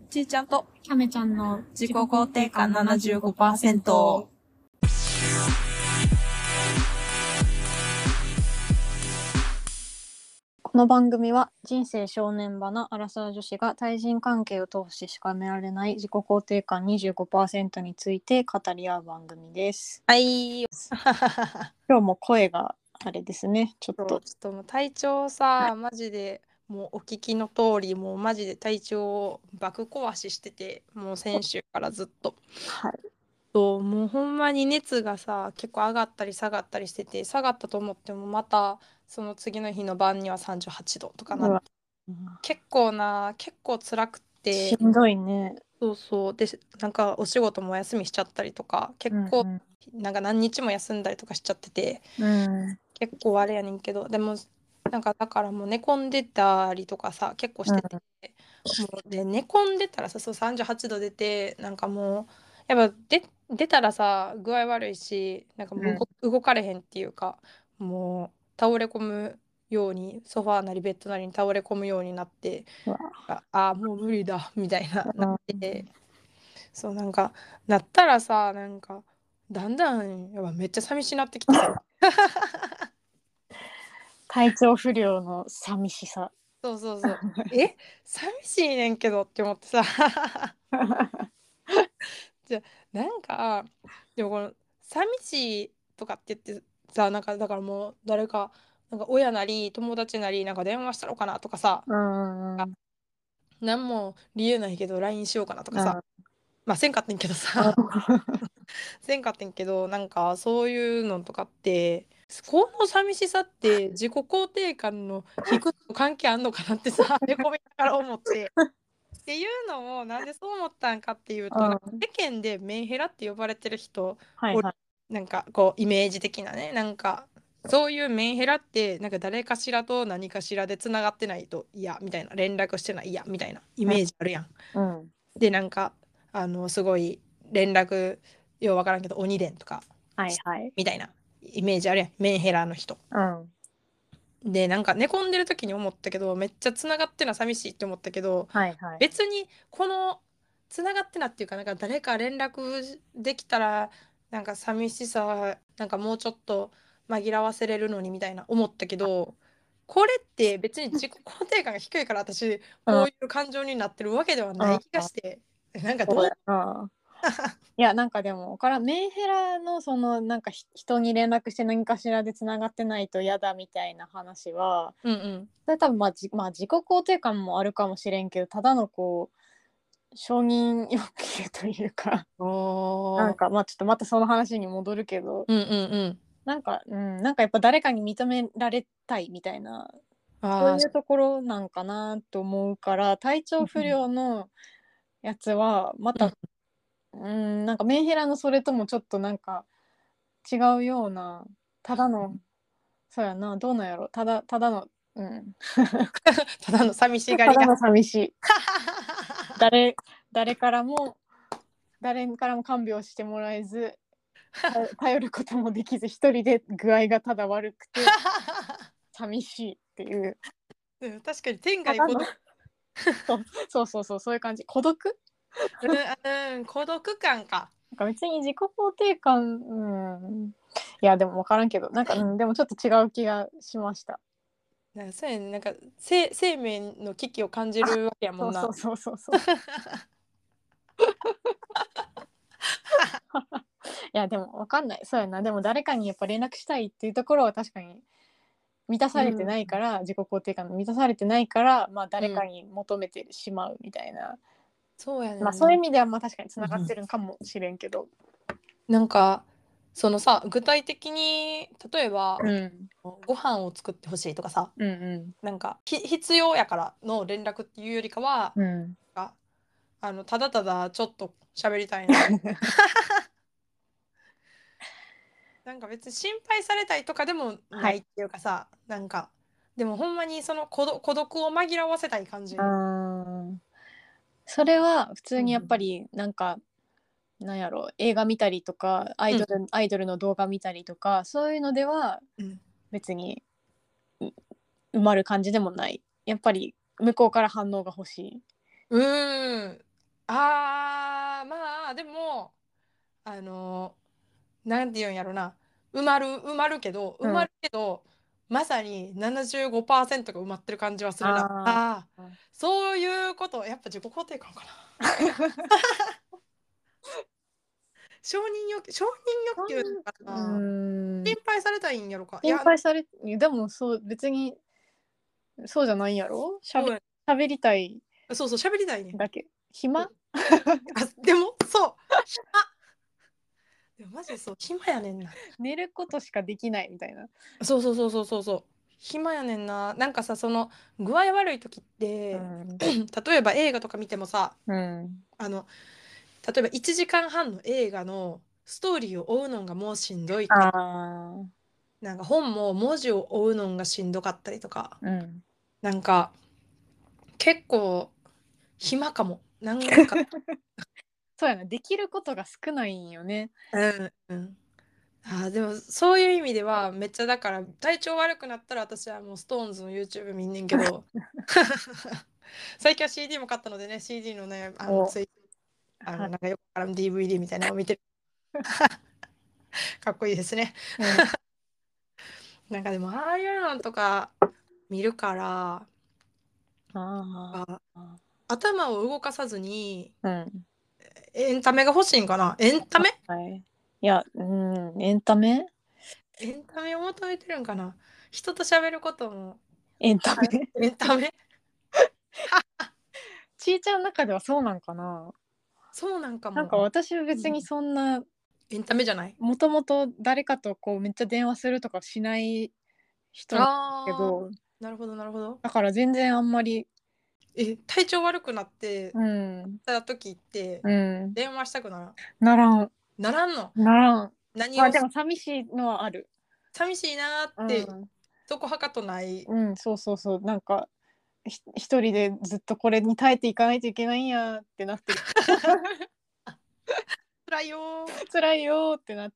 ちーちゃんとキャメちゃんの自己肯定感 75%。 この番組は人生正念場なアラサー女子が対人関係を通してしか得られない自己肯定感 25% について語り合う番組です。 はい。 今日も声があれですね。ちょっともう体調さ、マジでもうお聞きの通り、もうマジで体調を爆壊ししてて、もう先週からずっと。 はい。 もうほんまに熱がさ、結構上がったり下がったりしてて、下がったと思ってもまたその次の日の晩には38度とかなって、結構辛くて。 しんどいね。 そうで、なんかお仕事もお休みしちゃったりとか、結構なんか何日も休んだりとかしちゃってて、結構あれやねんけど、でもなんかだからもう寝込んでたりとかさ結構してて、もうで寝込んでたらさ、そう38度出て、なんかもうやっぱ出たらさ具合悪いし、なんかもう動かれへんっていうか、もう倒れ込むようにソファーなりベッドなりに倒れ込むようになって、もう無理だみたいななって、そうなんかなったらさ、なんかだんだんやっぱめっちゃ寂しいなってきてさ体調不良の寂しさ。 そう寂しいねんけどって思ってさじゃなんか、でもこの寂しいとかって言ってさ、なんかだからもう誰か、なんか親なり友達なりなんか電話したのかなとかさ、何も理由ないけど LINE しようかなとかさ、まあせんかってんけどさせんかってんけど、なんかそういうのとかって、この寂しさって自己肯定感の低さと関係あんのかなってさ猫目ながら思って。っていうのもなんでそう思ったんかっていうと、なんか世間でメンヘラって呼ばれてる人、なんかこうイメージ的なね、なんかそういうメンヘラってなんか誰かしらと何かしらでつながってないと嫌みたいな、連絡してない嫌みたいなイメージあるやん。でなんかすごい連絡ようわからんけど鬼伝とか、みたいなイメージあるやん、メンヘラの人。でなんか寝込んでる時に思ったけど、めっちゃつながってるのは寂しいって思ったけど、別にこのつながってなっていうか、なんか誰か連絡できたらなんか寂しさなんかもうちょっと紛らわせれるのにみたいな思ったけど、これって別に自己肯定感が低いから私こういう感情になってるわけではない気がして、なんかどういやなんかでもメンヘラのそのなんか人に連絡して何かしらでつながってないと嫌だみたいな話は、それ多分まあ自己肯定感もあるかもしれんけど、ただのこう承認欲求というかなんかまあちょっとまたその話に戻るけど、なんかやっぱ誰かに認められたいみたいな、そういうところなんかなと思うから、体調不良のやつはまたなんかメンヘラのそれともちょっとなんか違うような、ただのそうやな、どうなんやろ、ただのただの寂しがりただの寂しい誰からも看病してもらえず頼ることもできず、一人で具合がただ悪くて寂しいっていう、 確かに天涯孤独そういう感じ、孤独孤独感か。 なんか別に自己肯定感いやでも分からんけど、なんかでもちょっと違う気がしました。 そうやね、なんか生命の危機を感じるわけやもんな。 そういやでも分かんない、そうやな、でも誰かにやっぱ連絡したいっていうところは確かに満たされてないから、自己肯定感満たされてないから、まあ誰かに求めてしまうみたいな、 そうやね、 まあそういう意味ではまあ確かにつながってるんかもしれんけど、 なんかそのさ、具体的に例えば、ご飯を作ってほしいとかさ、なんか必要やからの連絡っていうよりかは、ただただちょっと喋りたいななんか別に心配されたいとかでもないっていうかさ、なんかでもほんまにその孤独を紛らわせたい感じ。 それは普通にやっぱりなんか、なんやろ、映画見たりとかアイドルの動画見たりとか、そういうのでは別に埋まる感じでもない、やっぱり向こうから反応が欲しい。 なんて言うんやろな、埋まるけど、まさに75%が埋まってる感じはするな。 あああ、 あ。 そういうこと、やっぱ自己肯定感かな。承認欲求かうな。 ーん。 心配されたいんやろか。いや、 心配され、でもそう、別にそうじゃないんやろ。 そうや、 喋りたいそうそう、喋りたいね。 だけ。暇。 でも、そう、暇。でもマジでそう、暇やねんな。 寝ることしかできないみたいな。 そうそうそうそうそうそう。暇やねんな。なんかさ、その具合悪い時って、 うん。 例えば映画とか見てもさ、 うん。 あの、例えば1時間半の映画のストーリーを追うのがもうしんどいか、 ああ。 なんか本も文字を追うのがしんどかったりとか、 うん。 なんか結構暇かも。なんか、 そうやな。できることが少ないんよね。 うんうん。でもそういう意味ではめっちゃだから体調悪くなったら私はもう SixTONES の YouTube 見んねんけど最近は CD も買ったのでね CD のねお。 ついはい。 なんかよくある DVD みたいなのを見てるかっこいいですね。 うん。 なんかでもああいうのとか見るからあああ。 頭を動かさずにうん。 エンタメが欲しいんかな。エンタメはい。いや、うん、エンタメ。 エンタメを求めてるんかな。人と喋ることもエンタメ。 エンタメちーちゃんの中ではそうなんかな。 そうなんかなんかも。 私は別にそんな、 エンタメじゃない。 もともと誰かとこうめっちゃ電話するとかしない人なんだけああ、 ど、 なるほど、なるほど。 だから全然あんまり、 体調悪くなってうん、 た時ってうん、 電話したくならん。 ならん、 ならんの。 ならん。 何をまあでも寂しいのはある。 寂しいなーっうて、 ん、 そこはかとない。 うん、そうそうそう、なんか、一人でずっとこれに耐えていかないといけないんやってなってる。 辛いよー。 辛いよってなって、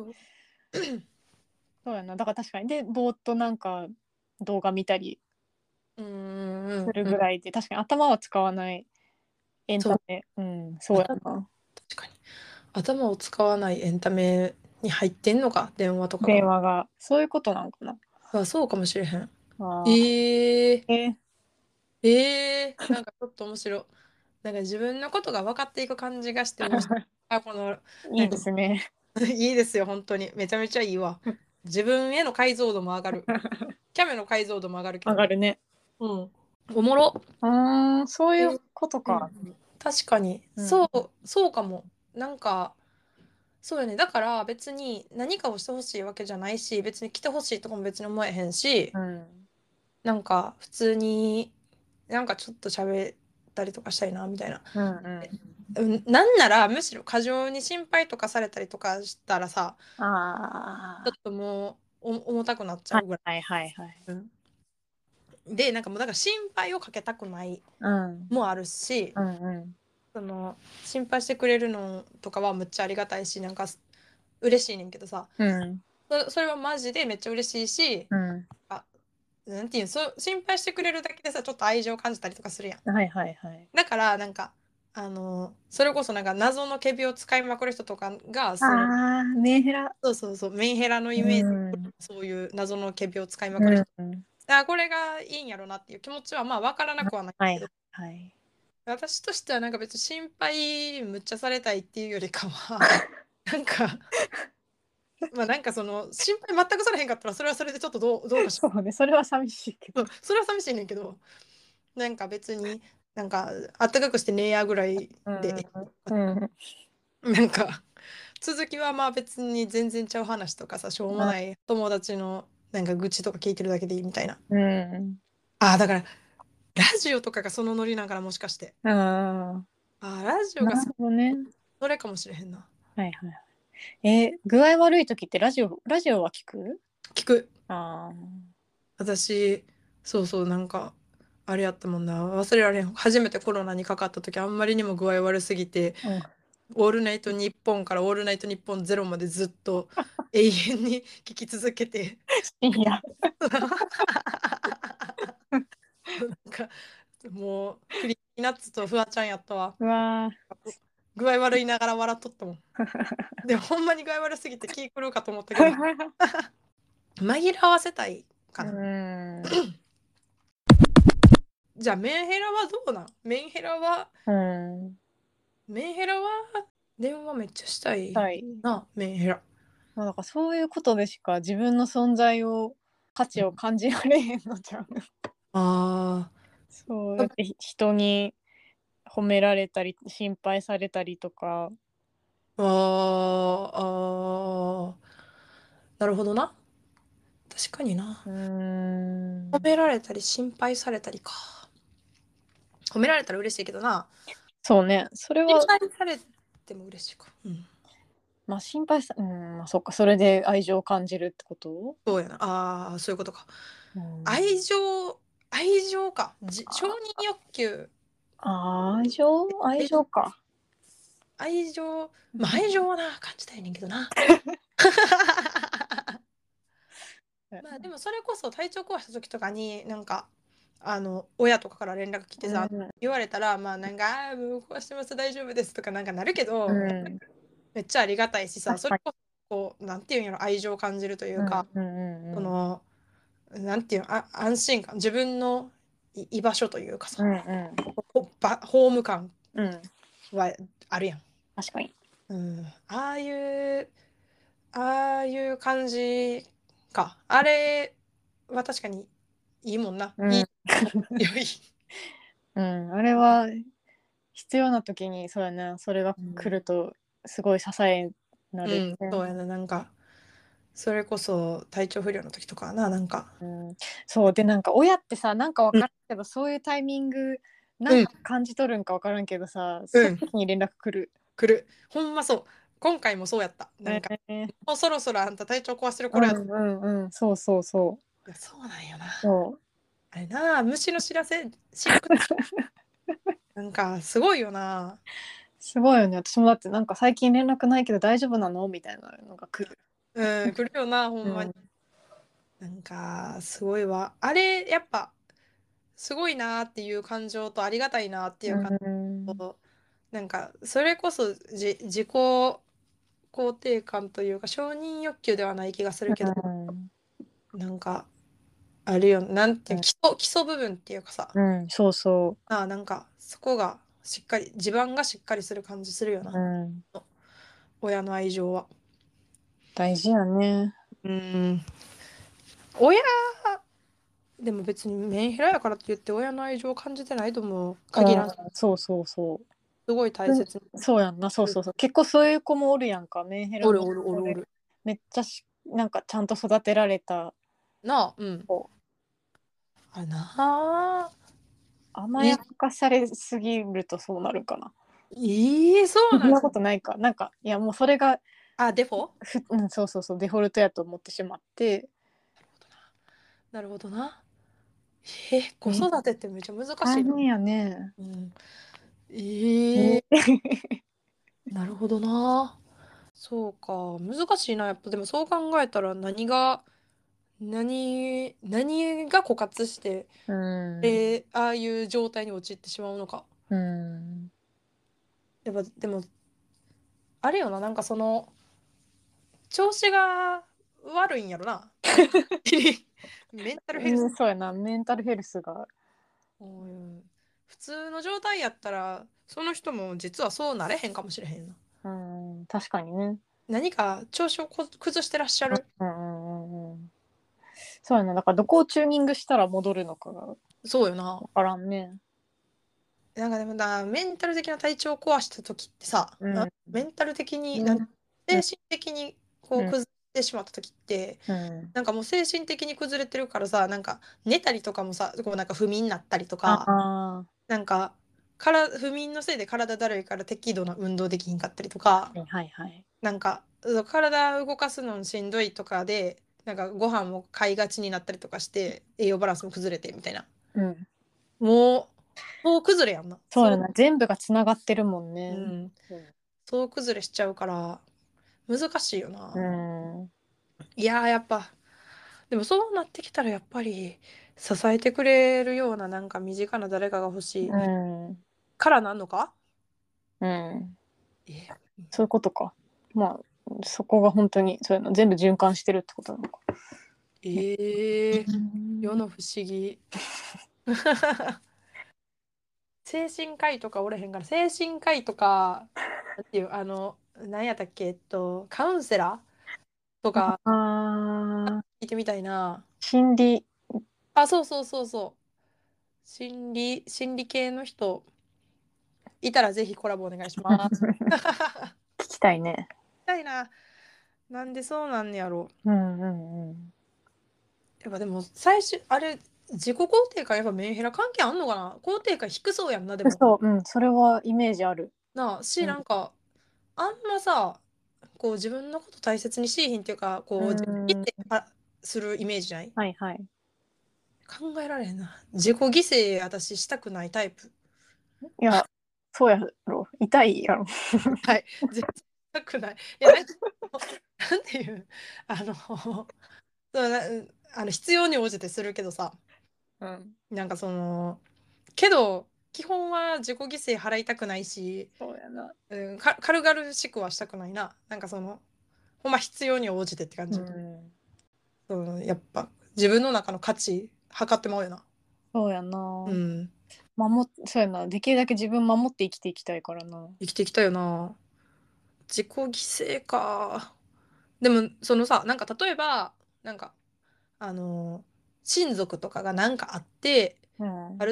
そう。 そうやな。だから確かに。で、ぼーっとなんか動画見たりうんうんするうん。 ぐらいで、確かに頭は使わないエンそう。 タメ。うん、そうやな。 確かに。頭を使わないエンタメに入ってんのか、電話とかが。 電話が。そういうことなんかな。 そうかもしれへん。 ああ、 えー、 え、 なんかちょっと面白い。なんか自分のことが分かっていく感じがして面白い。この、 いいでなんかすね。 いいですよ、本当に。めちゃめちゃいいわ。自分への解像度も上がる。キャメの解像度も上がるけどね。 上がるね。 うん。おもろ。 そういうえことか。 うん、確かに。 うん。 そうかも。なんか、そうよね。だから別に何かをしてほしいわけじゃないし、別に来てほしいとかも別に思えへんし、 うん。 なんか普通になんかちょっと喋ったりとかしたいな、みたいな。 うんうんなんならむしろ過剰に心配とかされたりとかしたらさ、 あちょっともう重たくなっちゃあ、 うぐらい。 はいはいはいはい。 うん、で、なんかもうだから心配をかけたくないうん。 もあるし、 うんうん。 その心配してくれるのとかはむっちゃありがたいし、なんか嬉しいねんけどさ、 うん。 それはマジでめっちゃ嬉しいし、 うん。 あ、なんていうの、心配してくれるだけでさ、ちょっと愛情を感じたりとかするやん。 はいはいはい。 だからなんかそれこそなんか謎の仮病を使いまくる人とかがああ、メンヘラ。 そうそうそう、メンヘラのイうメージ、 ん。 そういう謎の仮病を使いまくる人、 うん。 これがいいんやろなっていう気持ちはまあ分からなくはないはいけど、 はい。 私としてはなんか別に心配むっちゃされたいっていうよりかはなんかまあなんかその心配全くされへんかったらそれはそれでちょっとどうかしそうね、それは寂しいけど。 それは寂しいねんけど、なんか別になんかあったかくして寝やぐらいうんで、 うんうん。 なんか続きはまあ別に全然ちゃう話とかさ、しょうもない友達のなんか愚痴とか聞いてるだけでいいみたいな。 うん。 だからラジオとかがそのノリなんかな、もしかして。 ああ、 ラジオながるほどね。 それかもしれへんな。 はいはい。具合悪い時ってラジオは聞く？ 聞く。 あ私、そうそう、なんか、あれやったもんな。忘れられん。初めてコロナにかかった時、あんまりにも具合悪すぎて、 あ、うん。 オールナイトニッポンからオールナイトニッポンゼロまでずっと永遠に聞き続けて、 深夜。 なんか、もう、クリーピーナッツとフワちゃんやったわ。 うわ具合悪いながら笑っとったもん。でほんまに具合悪すぎて気狂うかと思ったけど紛らわせたいかな。じゃあメンヘラはどうなん？メンヘラは電話めっちゃしたいな、メンヘラ。 まあ、だからそういうことでしか自分の存在を価値を感じられへんのじゃん。 あそうだって人に褒められたり心配されたりとか。 なるほどな。確かにな。褒められたり心配されたりか。褒められたら嬉しいけどな。 そうね、それは心配されても嬉しいか。 まあ心配さ、まあそっか、それで愛情を感じるってこと？ そうやな。ああ、そういうことか。愛情、愛情か。承認欲求。 愛情か。 愛情、まあ愛情はな、感じたいねんけどな。まあでもそれこそ体調壊した時とかになんか親とかから連絡来てさ、言われたらまあなんかもう壊してます大丈夫ですとかなんかなるけど、めっちゃありがたいしさ、それこそこうなんていうんやろ、愛情を感じるというか、そのなんていうの、安心感、自分の居場所というかさ、ホーム感はあるやん。 確かに。 ああいう感じか。あれは確かにいいもんな。いい。良い。 あれは必要な時にそうやな、それが来るとすごい支えになる、 そうやな、なんかそれこそ体調不良の時とかな、なんか、 そうで、なんか親ってさ、なんか分からんけど、そういうタイミングなんか感じ取るんか分からんけどさ、そういう時に連絡来る。ほんまそう。今回もそうやった。なんか、もうそろそろあんた体調壊してる頃やった。 そうそうそう。 いや、そうなんよな。 そう。 あれな、虫の知らせしなくてなんかすごいよな。 すごいよね。私もだってなんか最近連絡ないけど大丈夫なのみたいなのが来る。 来るよな、ほんまに。なんかすごいわ。あれやっぱすごいなっていう感情とありがたいなっていう感情と、なんかそれこそ自己肯定感というか承認欲求ではない気がするけど、なんかあるよ、なんていう基礎部分っていうかさ、 そうそなんかそこがしっかり地盤がしっかりする感じするよな、親の愛情は。 大事やね。 親でも別にメンヘラやからって言って親の愛情を感じてないとも限らん。 そうそうそう。 すごい大切に。 そうやんな、そうそうそう。結構そういう子もおるやんか、メンヘラの子で。めっちゃなんかちゃんと育てられたなあ、 子。甘やかされすぎるとそうなるかな。 そうそんなことないか。なんか、いやもうそれが、 デフォ？ そうそうそう、デフォルトやと思ってしまって。 なるほどな。子育てってめっちゃ難しい。 大変やね。 なるほどな。そうか、難しいな。やっぱでもそう考えたら何が枯渇して、ああいう状態に陥ってしまうのか。やっぱでも、あれよな、なんかその、調子が悪いんやろな。メンタルヘルス。 そうやな、メンタルヘルスが。 普通の状態やったら、その人も実はそうなれへんかもしれへんな。 確かにね。 何か調子を崩してらっしゃる。 そうやな、だからどこをチューニングしたら戻るのかがそうよな。 分からんね。 なんかでもメンタル的な体調を壊した時ってさ、メンタル的に、精神的にこう崩ってしまった時って、なんかもう精神的に崩れてるからさ、なんか寝たりとかもさ、こうなんか不眠になったりとか、なんか不眠のせいで体だるいから適度な運動できひんかったりとか、なんか体動かすのしんどいとかで、なんかご飯も買いがちになったりとかして栄養バランスも崩れてみたいな。もう崩れやんな。 そうやな、全部がつながってるもんね。 そう崩れしちゃうから難しいよな。いややっぱでもそうなってきたらやっぱり支えてくれるようななんか身近な誰かが欲しいからなんのか。 そういうことか。まあそこが本当にそういうの全部循環してるってことなのか。 世の不思議。精神科医とかおれへんから、精神科医とか、なんていう、何やったっけ、カウンセラーとかあ聞いてみたいな。 心理あ、そうそうそうそう。心理系の人いたらぜひコラボお願いします。 聞きたいね。 たいな。なんでそうなんねやろ。 うんうんうん。 やっぱでも最初、あれ、自己肯定感やっぱメンヘラ関係あんのかな。肯定感低そうやんな、でも。 そう、うん、それはイメージある。 なあ、 うんなんか、あんまさ、こう自分のこと大切にしいひんっていうか、 うこう、自分ん、 ってするイメージじゃないはいはい。 考えられへんな。自己犠牲私したくないタイプ。 いや、そうやろ。痛いやろ。 はい。絶対したくない。いや、なんていう、そうな必要に応じてするけどさ、 うん。 なんかけど、基本は自己犠牲払いたくないし、 そうやな。 軽々しくはしたくないな。なんかほんま必要に応じてって感うじ。 ん。 やっぱ自分の中の価値測ってまうよな。 そうやな。 うん。 そうやな。できるだけ自分守って生きていきたいからな。 生きてきたよな。自己犠牲か。でも、なんか例えば、なんか、あの、親族とかがなんかあって、 うん。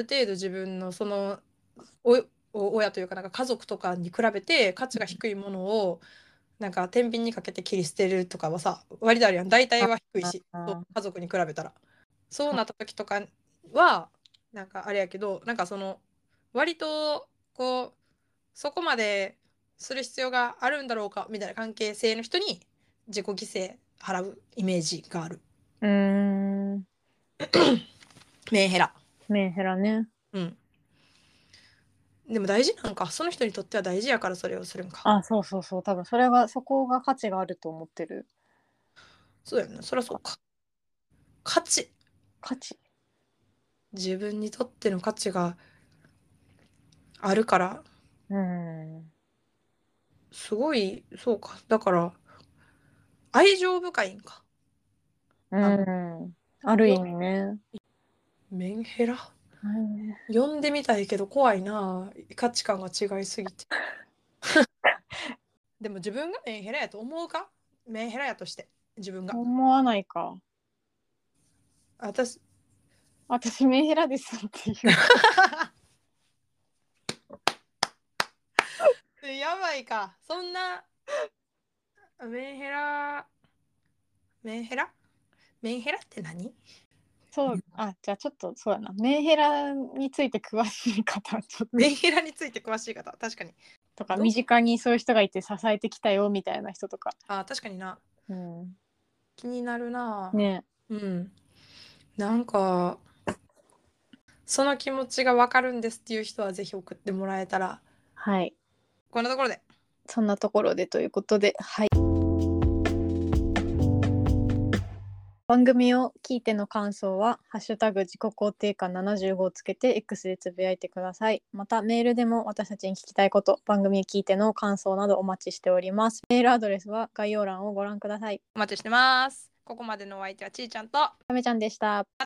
ある程度自分のお、親というか、なんか家族とかに比べて価値が低いものを、なんか天秤にかけて切り捨てるとかはさ、割とあるやん。大体は低いし、そうあ家族に比べたら。そうなった時とかは、なんかあれやけど、なんか割と、そこまでする必要があるんだろうか、みたいな関係性の人に自己犠牲払うイメージがある。 うーん。 メンヘラ。 メンヘラね。 うん。でも大事なんか。その人にとっては大事やからそれをするんか。 あ、そうそうそう。多分そこが価値があると思ってる。 そうやね。そりゃそうか。価値。 価値。 自分にとっての価値があるから、 うん。 すごい、そうか。だから、愛情深いんか。 うあ、 ん。ある意よ、 味ね。 メンヘラはいね。 呼んでみたいけど怖いな。価値観が違いすぎて。でも自分がメンヘラやと思うかメンヘラやとして。自分が。 思わないか。 私、 私メンヘラですっていう。 やばいか。そんな、メンヘラ、メンヘラメンヘラって何そう、じゃあちょっとそうやな。メンヘラについて詳しい方、ちょっと。 メンヘラについて詳しい方、確かに。 とか、身近にそういう人がいて支えてきたよみたいな人とか。 確かにな。 うん。 気になるな。 ね。 うん。なんか、その気持ちがわかるんですっていう人はぜひ送ってもらえたら。 はい。 こんなところで。 そんなところでということで、はい。番組を聞いての感想は、ハッシュタグ自己肯定感75をつけて X でつぶやいてください。また、メールでも私たちに聞きたいこと、番組を聞いての感想などお待ちしております。メールアドレスは概要欄をご覧ください。 お待ちしてます。ここまでのお相手はちーちゃんと、 ためちゃんでした。